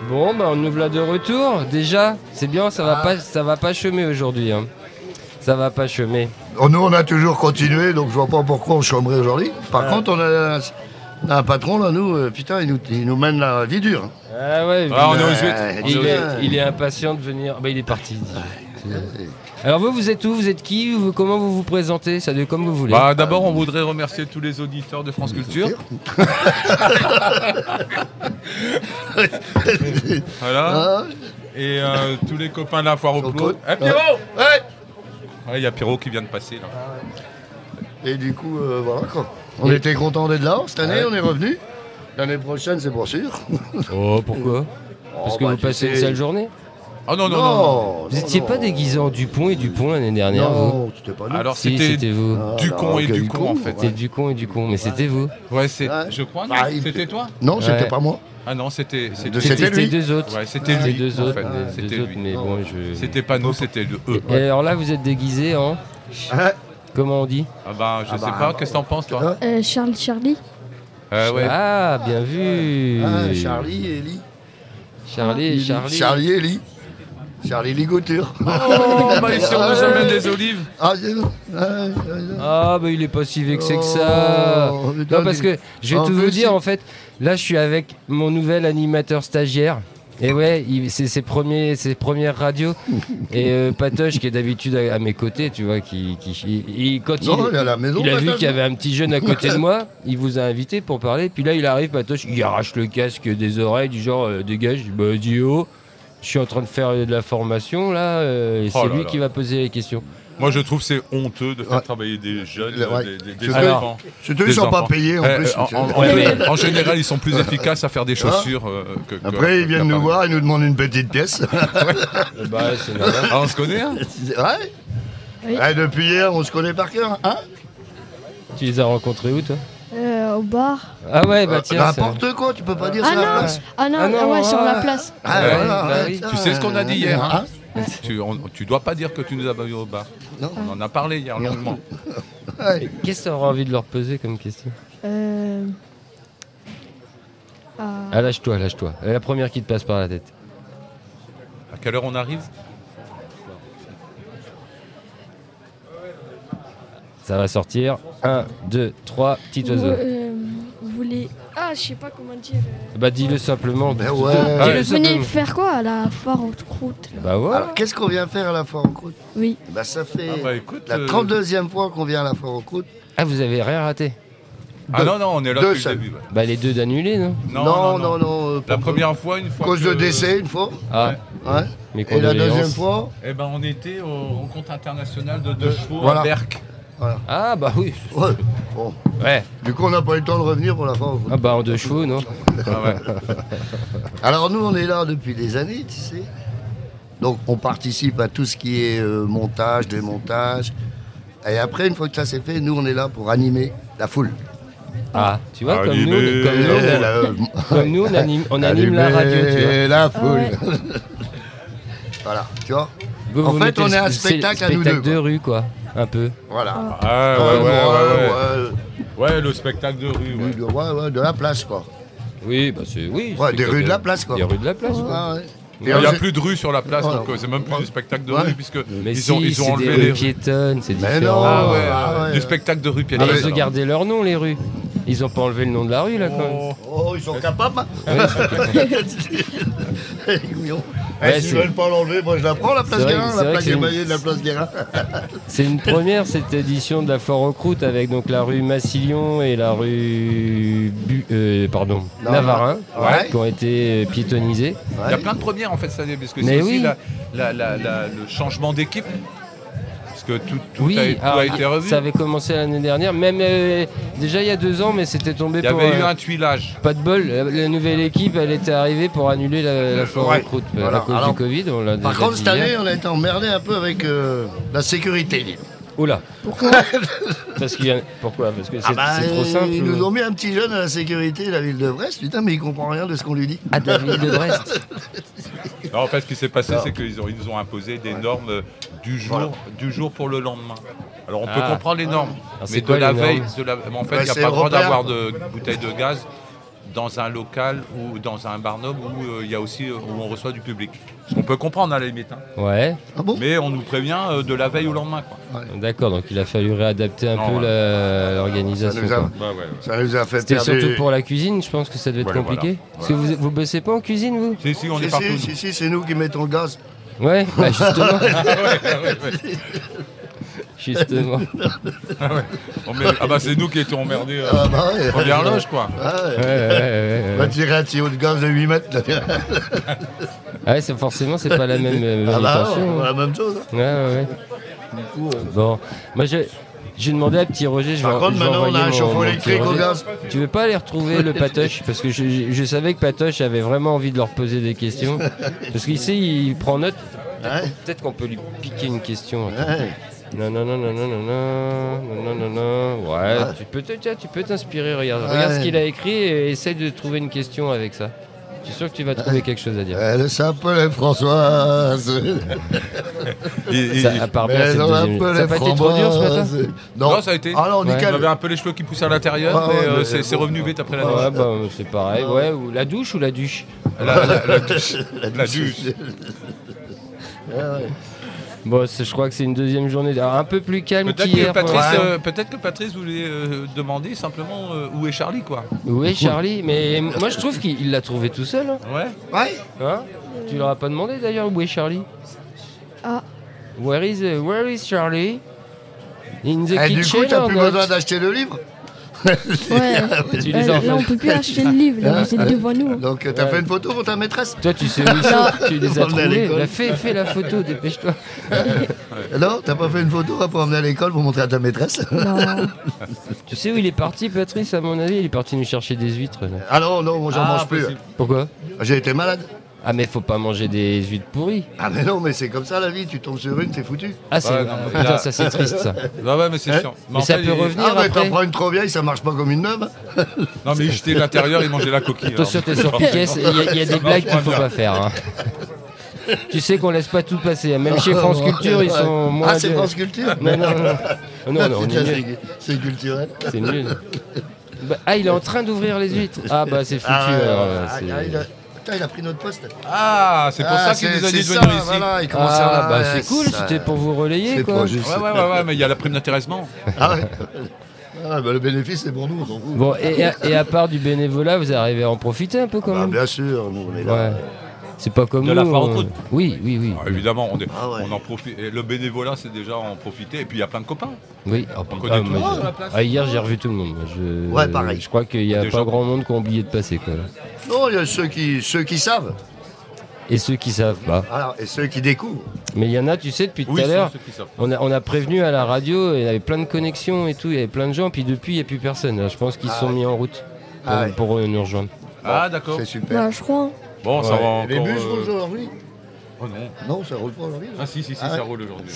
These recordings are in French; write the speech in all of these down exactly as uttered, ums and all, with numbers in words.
Bon, bah on nous voilà de retour. Déjà, c'est bien, ça va pas, ça va pas chômer aujourd'hui. Hein. Ça va pas chômer. Oh, nous, on a toujours continué, donc je vois pas pourquoi on chômerait aujourd'hui. Par ah. contre, on a, on a un patron là, nous, euh, putain, il nous, il nous mène la vie dure. Ah ouais. Ah, on est euh, aux il, est, il est impatient de venir. Bah, il est parti. Alors vous, vous êtes où? Vous êtes qui? vous, Comment vous vous présentez? Ça doit comme vous voulez. Bah, d'abord, on voudrait remercier tous les auditeurs de France Culture. Voilà. Ah. Et euh, tous les copains de la foire au Clos. Eh, Pierrot! Ouais. Ouais, il y a Pierrot qui vient de passer là. Et du coup, euh, voilà quoi. On Et... était contents d'être là. Cette année, ouais. on est revenu. L'année prochaine, c'est pour sûr. Oh, pourquoi? Parce oh, que bah, vous passez une sale journée? Ah non, non, non, non, non. Vous n'étiez pas déguisé en Dupont et Dupont l'année dernière, non, vous? c'était pas nous. Alors si, c'était, c'était vous. Ah, Ducon et Ducon, Ducon en fait. C'était Ducon et Ducon, mais ouais. c'était vous. Ouais, c'est. Ouais. Je crois, non bah, C'était toi? Non, c'était ouais. pas moi. Ah non, c'était. C'était, c'était lui. deux autres. Ouais, c'était ah, lui. deux autres. En fait. Ouais, c'était deux autres, lui. mais bon, je... C'était pas nous, c'était le eux. Et alors là, vous êtes déguisé en. Ah. Comment on dit? Ah bah, je ah sais bah, pas. Bah, Qu'est-ce que t'en penses, toi? euh, Charlie, Charlie. Euh, ouais. Ah, bien vu. Ah, Charlie et Lee. Charlie et Charlie. Charlie et Lee. Charlie Ligoture. Oh, bah ici on nous amène des olives. Ah, ah bah il est pas si vexé que ça. Oh, non, parce que je vais tout vous dire, en fait, là je suis avec mon nouvel animateur stagiaire. Et ouais, il, c'est ses, premiers, ses premières radios. Et euh, Patoche, qui est d'habitude à, à mes côtés, tu vois, qui, qui il, quand non, il, il, à la maison, il a vu qu'il y avait un petit jeune à côté de moi, il vous a invité pour parler. Puis là, il arrive, Patoche, il arrache le casque des oreilles, du genre, euh, dégage, bah, dis oh, je suis en train de faire de la formation, là, euh, et oh c'est là lui là. qui va poser les questions. Moi, je trouve que c'est honteux de faire ouais. travailler des jeunes, ouais. des, des, des Alors, enfants. Surtout, ils ne sont pas payés en euh, plus. En, en, en, en général, ils sont plus efficaces à faire des chaussures. Euh, que, Après, que, ils viennent nous voir et nous demandent une petite pièce. ouais. bah, c'est normal. Ah, on se connaît, hein? Ouais. Oui. Ouais. Depuis hier, on se connaît par cœur. Hein? Tu les as rencontrés où, toi? Euh, au bar. Ah ouais, bah tiens. Euh, N'importe quoi, tu peux pas dire ah sur non. la place. Ah non, ah non, ah ouais, ah sur la place. Ah, ouais, voilà, bah ouais, oui. ça, Tu sais ce qu'on a dit hier, hein? Ouais. Tu, on, tu dois pas dire que tu nous as vus au bar. Non. On en a parlé hier longuement. Ouais. Qu'est-ce que tu auras envie de leur poser comme question? Euh... Ah, ah lâche-toi, lâche-toi. La première qui te passe par la tête. À quelle heure on arrive? Ça va sortir. un, deux, trois, petit oiseau. Vous, euh, vous voulez... Ah, je sais pas comment dire. Euh... Bah dis-le simplement. Ben ouais. Ah, vous venez faire quoi à la foire aux croûtes? Bah ouais. Alors qu'est-ce qu'on vient faire à la foire aux croûtes? Oui. Bah ça fait ah bah, écoute, la trente-deuxième euh... fois qu'on vient à la foire aux croûtes. Ah, vous avez rien raté? Ah deux. non, non, on est là deux depuis le début. Ouais. Bah les deux d'annulés, non? Non, non, non. non, non euh, la première fois, une fois. Cause que... de décès, une fois. Ah. Ouais. Mais et la deuxième fois? Eh ben on était aux rencontres internationales de deux chevaux voilà. à Berck. Voilà. Ah bah oui. Ouais. Bon. Ouais. Du coup on n'a pas eu le temps de revenir pour la foire. Ah bah en deux chevaux, non? Ah ouais. Alors nous on est là depuis des années, tu sais. Donc on participe à tout ce qui est euh, montage, démontage. Et après une fois que ça c'est fait, nous on est là pour animer la foule. Ah, tu vois, animer. comme nous, comme nous, on, la... comme nous, on anime, on anime la radio, tu vois. La foule. Ah ouais. Voilà, tu vois. Vous, en vous fait, on est un spectacle, spectacle à nous deux. de rue, quoi. Un peu. Voilà. Ah, ouais, ouais, ouais, ouais, ouais. Ouais, ouais, le spectacle de rue. Ouais, de, ouais, ouais, de la place, quoi. Oui, bah c'est. Oui, ouais, des rues de... de la place, quoi. Des rues de la place, ouais. quoi. Ouais. Il n'y a plus de rue sur la place, donc c'est même plus du spectacle de rue, ouais. puisque mais ils si, ont, ils ont enlevé des les rues piétonnes, c'est mais différent. Non, ah ouais, ah ouais. Du spectacle de rue piétonne. Ah, ils ont gardé leur nom, les rues. Ils ont pas enlevé le nom de la rue, là, quand même. Oh, oh ils sont capables, hein. Ouais, ils sont capables. Ouais, s'ils veulent pas l'enlever, moi je la prends, la place Guérin, la plaque émaillée une... de la place Guérin. C'est une première, cette édition de la foire aux croûtes, avec donc la rue Massillon et la rue Bu... euh, pardon, non, Navarin, ouais. qui ont été piétonnisées. Ouais. Il y a plein de premières, en fait, cette année, parce que mais c'est oui. aussi la, la, la, la, le changement d'équipe. Parce que tout, tout, oui, a, tout alors, a été revu. Ça avait commencé l'année dernière, même euh, déjà il y a deux ans, mais c'était tombé pour... Il y avait euh, eu un tuilage. Pas de bol, la, la nouvelle équipe, elle était arrivée pour annuler la, la foire ouais. aux croûtes voilà. à cause alors, du Covid. On l'a par déjà contre, dit cette hier. année, on a été emmerdé un peu avec euh, la sécurité. Oula. Pourquoi? Parce qu'il y a... Pourquoi? Parce que c'est, ah bah, c'est trop simple. Ils nous ont mis un petit jeune à la sécurité de la ville de Brest, putain, mais il comprend rien de ce qu'on lui dit. Ah, de la ville de Brest. Non, en fait, ce qui s'est passé, non. c'est qu'ils ont, ils nous ont imposé des ouais. normes du jour, voilà. du jour pour le lendemain. Alors, on ah. peut comprendre les normes, ah. mais de la veille, de la... Mais en fait, il n'y a pas le droit d'avoir de bouteille de gaz dans un local ou dans un bar-noble où il euh, y a aussi où on reçoit du public. Ce qu'on peut comprendre à la limite. Hein. Ouais. Ah bon? Mais on nous prévient euh, de la veille au lendemain. Quoi. Ouais. D'accord, donc il a fallu réadapter un non, peu ouais. l'organisation. Ça nous a, bah, ouais, ouais. ça nous a fait C'était perdre... surtout pour la cuisine, je pense que ça devait être Ouais, compliqué. voilà. Parce que vous, vous bossez pas en cuisine, vous? Si, si, on Si, est partout. si, si, si, c'est nous qui mettons le gaz. Ouais, bah justement. Ah, ouais, ouais, ouais. Justement. Ah, ouais. On met... ah bah c'est nous qui étions emmerdés. Euh, Ah bah ouais. première loge quoi. Ah ouais. Ouais, ouais, ouais, ouais, On va ouais. tirer un tuyau de gaz de huit mètres. Là. Ah ouais, c'est forcément, c'est pas la même euh, Ah bah manutention. non, hein. la même chose. Hein. Ouais, ouais, ouais. Du coup, euh, Bon, moi j'ai j'ai demandé à petit Roger, je vais, Par contre, je vais maintenant, on a envoyer un mon- chauffe-eau mon petit électrique au Roger. gaz. Tu veux pas aller retrouver le Patoche? Parce que je, je- je savais que Patoche avait vraiment envie de leur poser des questions. Parce qu'ici, il prend note. Ouais. Peut-être qu'on peut lui piquer une question. Ouais. Non, non, non, non, non, non, non, non, non, non. Ouais, Ah. tu peux te- tiens, tu peux t'inspirer. Regarde, Ouais. regarde ce qu'il a écrit et essaye de trouver une question avec ça. Je suis sûr que tu vas trouver quelque chose à dire. Elle s'appelait Françoise. Et- et- Ça, à part bien, Mais c'est le on deuxième. Ça l'appelait a pas été trop dur ce matin? Framboise. Non. Non, ça a été. Ah non, Ouais. nickel. On avait un peu les cheveux qui poussaient à l'intérieur, Ouais, mais ouais, euh, mais c'est c'est bon. revenu vite après la Ouais, douche. bah, c'est pareil. Ouais, ou la douche ou la douche? La, la- la douche. La La douche. douche. Ouais, ouais. Bon, c'est- je crois que c'est une deuxième journée. Alors, un peu plus calme Peut-être qu'hier. que, pour Patrice, l'instant. euh, peut-être que Patrice voulait euh, demander simplement euh, où est Charlie, quoi. Où est Charlie? Mais moi, je trouve qu'il il l'a trouvé tout seul. Hein. Ouais. Ouais. Hein Tu leur as pas demandé d'ailleurs où est Charlie? Ah, Where is, uh, where is Charlie? In the Et du kitchen coup, t'as or plus not? besoin d'acheter le livre. ouais. Tu Euh, les as en là, on fait. peut plus acheter le livre, là, vous êtes devant nous. Donc, euh, t'as Ouais. fait une photo pour ta maîtresse. Toi, tu sais où ils sont, tu les as On est à trouvés. l'école. Bah, fais, fais la photo, dépêche-toi. Non, t'as pas fait une photo pour emmener à l'école pour montrer à ta maîtresse. Non. Tu sais où il est parti, Patrice, à mon avis? Il est parti nous chercher des huîtres. Là. Ah non, non, moi j'en Ah, mange plus. possible. Pourquoi? J'ai été malade. Ah, mais faut pas manger des huîtres pourries. Ah mais non, mais c'est comme ça la vie, tu tombes sur une, t'es foutu. Ah, c'est. Ouais, non, mais Putain, là- ça c'est triste ça. Ouais, ouais, mais c'est Hein chiant. Mais en ça fait, peut il- revenir. Ah mais après. t'en prends une trop vieille, ça marche pas comme une neuve. Non, mais il jetait l'intérieur, il mangeait la coquille. Attention, alors. t'es sur Piquet, il y a, il y a des Ça blagues marche qu'il faut moins pas faire. hein. Tu sais qu'on laisse pas tout passer. Même chez France Culture, ils sont moins. Ah c'est de- France Culture. Non, non, non. Oh, non, non, on est C'est- nul. C'est culturel. C'est nul. Bah, ah, il est en train d'ouvrir les huîtres. Ah, bah c'est foutu. Ah, ouais, alors, ouais, euh, ah, c'est- ah, il a... Putain, il a pris notre poste. Ah, c'est pour Ah, ça qu'il nous a c'est dit de ça, venir ici. Voilà, il commence Ah, à... bah ouais, c'est cool, ça- c'était pour vous relayer C'est quoi. pas juste. Ouais, ouais, ouais, ouais, mais il y a la prime d'intéressement. Ah ouais. Ah, bah, le bénéfice c'est pour nous, on s'en fout. Bon, et, et à part du bénévolat, vous arrivez à en profiter un peu quand Bah, même? bien sûr, nous on est là. Ouais. C'est pas comme De nous. la foire aux on- croûtes. Oui, oui, oui. Ah, évidemment, on, est- Ah ouais. on en profite. Et le bénévolat, c'est déjà en profiter. Et puis il y a plein de copains. Oui. Ah, On putain, connaît tout le moi, monde je- sur la place. ah, hier, j'ai revu tout le monde. moi, Je... Ouais, pareil. Je crois qu'il y a Des pas gens. grand monde qui ont oublié de passer quoi. Non, il y a ceux qui, ceux qui savent. Et ceux qui savent pas. Alors, et ceux qui découvrent. Mais il y en a, tu sais, depuis tout Oui, à ce sont l'heure. ceux qui savent. On a, on a prévenu à la radio, et il y avait plein de connexions et tout, il y avait plein de gens, puis depuis il n'y a plus personne. Je pense qu'ils se sont mis en route pour, Ah ouais. pour, euh, nous rejoindre. Ah, d'accord. C'est super. Bah, je crois. Bon, ça Ouais. va encore. Les bus euh, roulent aujourd'hui. Oh non. Non, ça roule pas aujourd'hui. Ah si, si, si, Ah ça ouais. roule aujourd'hui.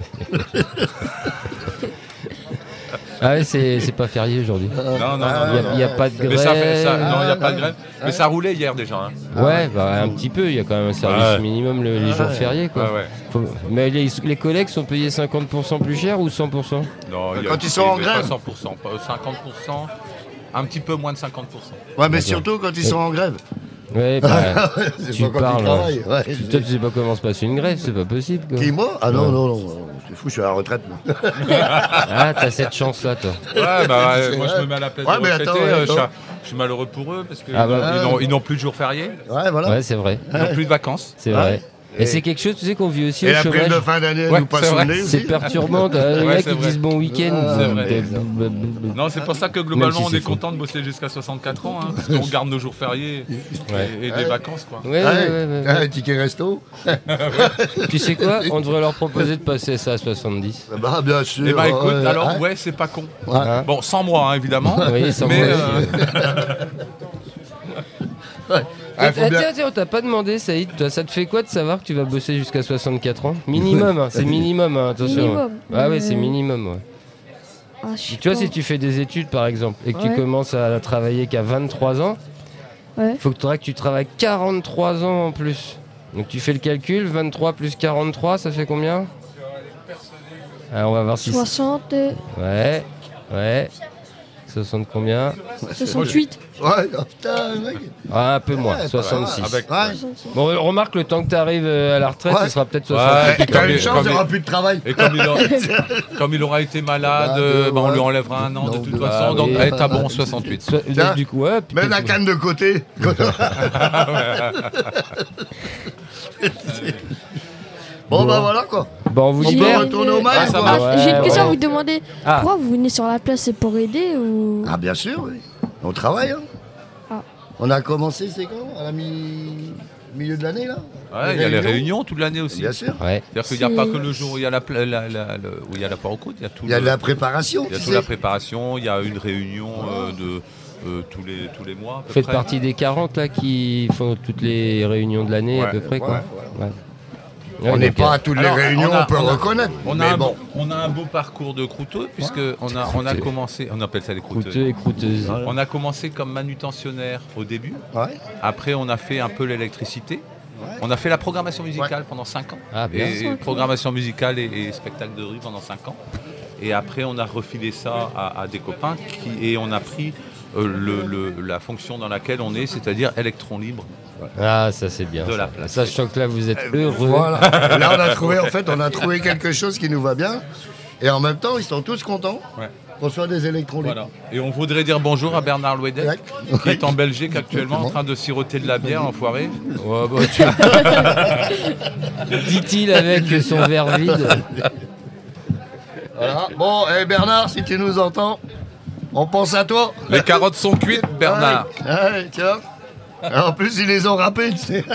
Ah ouais, c'est c'est pas férié aujourd'hui. Non, non, non. Ah, Il non, n'y a, pas de grève. Mais ça fait ça. Non, il n'y a pas de Ah, grève. ah, Mais ça roulait hier déjà. Hein. Ouais, bah, un petit peu, il y a quand même un service Ouais. minimum le- les jours ouais. fériés. Quoi. Ouais, ouais. Faut- Mais les, les collègues sont payés cinquante pour cent plus cher ou cent pour cent? Non, il y a- Quand ils sont en pas grève. cent pour cent, pas cinquante pour cent. Un petit peu moins de cinquante pour cent. Ouais, mais surtout quand ils sont en grève. Ouais, bah, C'est tu pas quand parles. ils travaillent. Ouais. Toi, tu sais pas comment se passe une grève, c'est pas possible. Quoi. Qui, moi Ah non, Ouais. non, non, non, c'est fou, je suis à la retraite. moi. Ah, t'as cette chance-là, toi. Ouais, bah ouais, C'est moi vrai. je me mets à la place Ouais, des mais retraités. attends, ouais, euh, je, suis, attends. je suis malheureux pour eux parce qu'ils Ah bah, n'ont ils n'ont plus de jours fériés, Ouais, voilà. Ouais, c'est vrai. ils n'ont plus de vacances. C'est Ouais. vrai. Et, Et- c'est quelque chose, tu sais, qu'on vit aussi Et au la prime chômage. de fin d'année, elle Ouais, nous passe c'est sous vrai. le nez C'est aussi. perturbant. T'as les Ouais, gars c'est qui vrai. disent bon week-end. Ah, c'est vrai. De- Non, c'est pour ça que Même globalement si on c'est est faux. content de bosser jusqu'à soixante-quatre ans, hein, parce qu'on garde nos jours fériés Ouais. et, et des Ouais. vacances quoi. Ouais, ouais, Ouais, ouais, ouais, ouais. ouais, ticket resto. Tu sais quoi? On devrait leur proposer de passer ça à soixante-dix. Bah, bien sûr. Et bah écoute, ouais, alors ouais. ouais, c'est pas con. Ouais. Hein? Bon, sans moi hein, évidemment, Oui, sans mais moi euh, Ah, faut Ah, bien- tiens, tiens, on t'a pas demandé, Saïd, toi, ça te fait quoi de savoir que tu vas bosser jusqu'à soixante-quatre ans? Minimum, hein, c'est minimum, hein, attention. Minimum. Ah ouais, c'est Euh, minimum, ouais. Ah, je sais Tu vois, pas. si tu fais des études, par exemple, et que tu Ouais. commences à travailler qu'à vingt-trois ans, Ouais. faut que, faudrait que tu travailles quarante-trois ans en plus. Donc tu fais le calcul, vingt-trois plus quarante-trois, ça fait combien? Alors on va voir si... soixante. euh, Ouais, ouais. soixante combien? soixante-huit. Ouais, oh, putain, mec. Ah, un peu moins, Ouais, soixante-six. Avec- Ouais. Bon, remarque, le temps que tu arrives à la retraite, Ouais. ce sera peut-être Ouais. soixante. Et T'as comme une il- chance, comme il n'y il- aura plus de travail. Et comme il, aura, comme il aura été malade, Malade, euh, bah, on ouais. lui enlèvera un an de Non, toute de- façon. Ah, donc, oui. eh, t'as bon, soixante-huit. Soit- Tiens, du coup, ouais, Mets peut-être- la canne de côté. Bon, Bon. bah voilà quoi. Bon, on vous On J'ai peut libère. une- retourner au mal, Ah, ça quoi. marche. Ouais, J'ai une question ouais. à vous demander. Ah. Pourquoi vous venez sur la place? C'est pour aider ou... Ah, bien sûr, oui. On travaille, hein. Ah. On a commencé, c'est quand? À la mi... milieu de l'année, là? Ouais, il y a les réunions toute l'année aussi. Bien sûr. Ouais. C'est-à-dire qu'il n'y a C'est- pas que le jour où il y a la, pla- la- la- le- où il y a la foire aux côtes, il y a tout Il y a le- de la préparation. il y a tu toute la sais. préparation, il y a une réunion euh, de euh, tous les tous les mois. à peu Vous faites près. partie des quarante là qui font toutes les réunions de l'année à Ouais, peu près quoi. ouais, Ouais. On Ouais, n'est donc, pas euh, à toutes alors, les réunions, on a- on peut on a- reconnaître. On a, mais un, bon. on a un beau parcours de croûteux puisque on a on a commencé, on appelle ça les croûteux. croûteux et croûteuses. Ouais. On a commencé comme manutentionnaire au début. Ouais. Après, on a fait un peu l'électricité. On a fait la programmation musicale pendant cinq ans. Ah, bien. Et, et programmation musicale et, et spectacle de rue pendant cinq ans. Et après, on a refilé ça à, à des copains qui, et on a pris euh, le, le- la fonction dans laquelle on est, c'est-à-dire électron libre. Ah, ça c'est bien. De ça. la place. Ça, je sens que là vous êtes heureux. Voilà. Là, on a trouvé, en fait, on a trouvé quelque chose qui nous va bien. Et en même temps, ils sont tous contents Ouais. qu'on soit des électrons libres. Voilà. Et on voudrait dire bonjour à Bernard Louedec, Ouais. qui est en Belgique actuellement en train de siroter de la bière, enfoiré. Ouais, bah, tu- dit-il avec son verre vide. Voilà. Bon, et Bernard, si tu nous entends, on pense à toi. Les carottes sont cuites, Bernard. Ouais, ouais, tiens. Et en plus, ils les ont râpées, tu sais.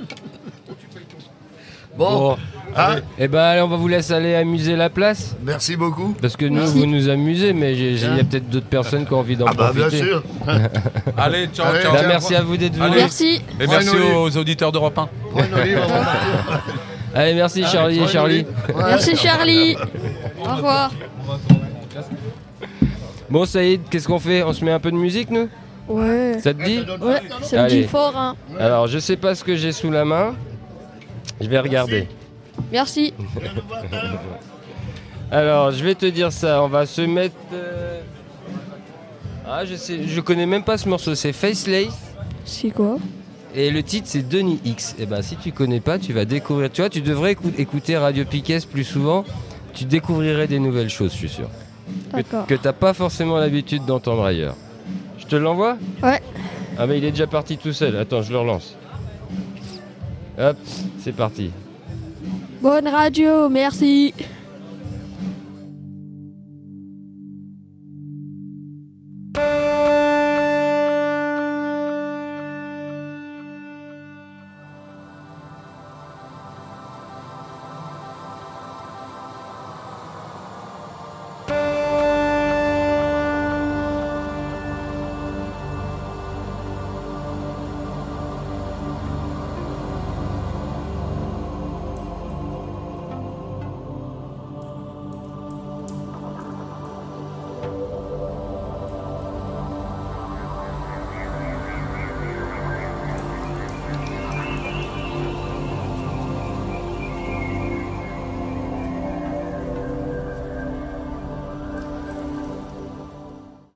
Bon, Bon, hein, eh ben allez, on va vous laisser aller amuser la place. merci beaucoup. Parce que nous, Merci. vous nous amusez, mais j'ai- j'ai- il y a peut-être d'autres personnes qui ont envie d'en Ah bah bien profiter. sûr. Allez, ciao, Allez, ciao. Bah, Tiens, merci à vous d'être venus. Allez. Merci. Et Prends merci une olive. aux auditeurs d'Europe un. Prends une olive, on va partir. Allez, merci Charlie et Prends une Charlie. olive. Ouais. Merci Charlie. Au revoir. Bon, Saïd, qu'est-ce qu'on fait? On se met un peu de musique, nous? Ouais. Ça te dit? Ouais, ça me Allez. dit fort, hein. Alors, je sais pas ce que j'ai sous la main. Je vais regarder. Merci. Alors, je vais te dire ça. On va se mettre. euh, Ah, je sais, je connais même pas ce morceau. C'est Facelace. C'est quoi? Et le titre, c'est Denis X. Et ben, si tu connais pas, tu vas découvrir. Tu vois, tu devrais écou- écouter Radio Piquet plus souvent. Tu découvrirais des nouvelles choses, je suis sûr. D'accord. Que t'as pas forcément l'habitude d'entendre ailleurs. Je te l'envoie? Ouais. Ah, mais il est déjà parti tout seul. Attends, je le relance. Hop, c'est parti. Bonne radio, merci.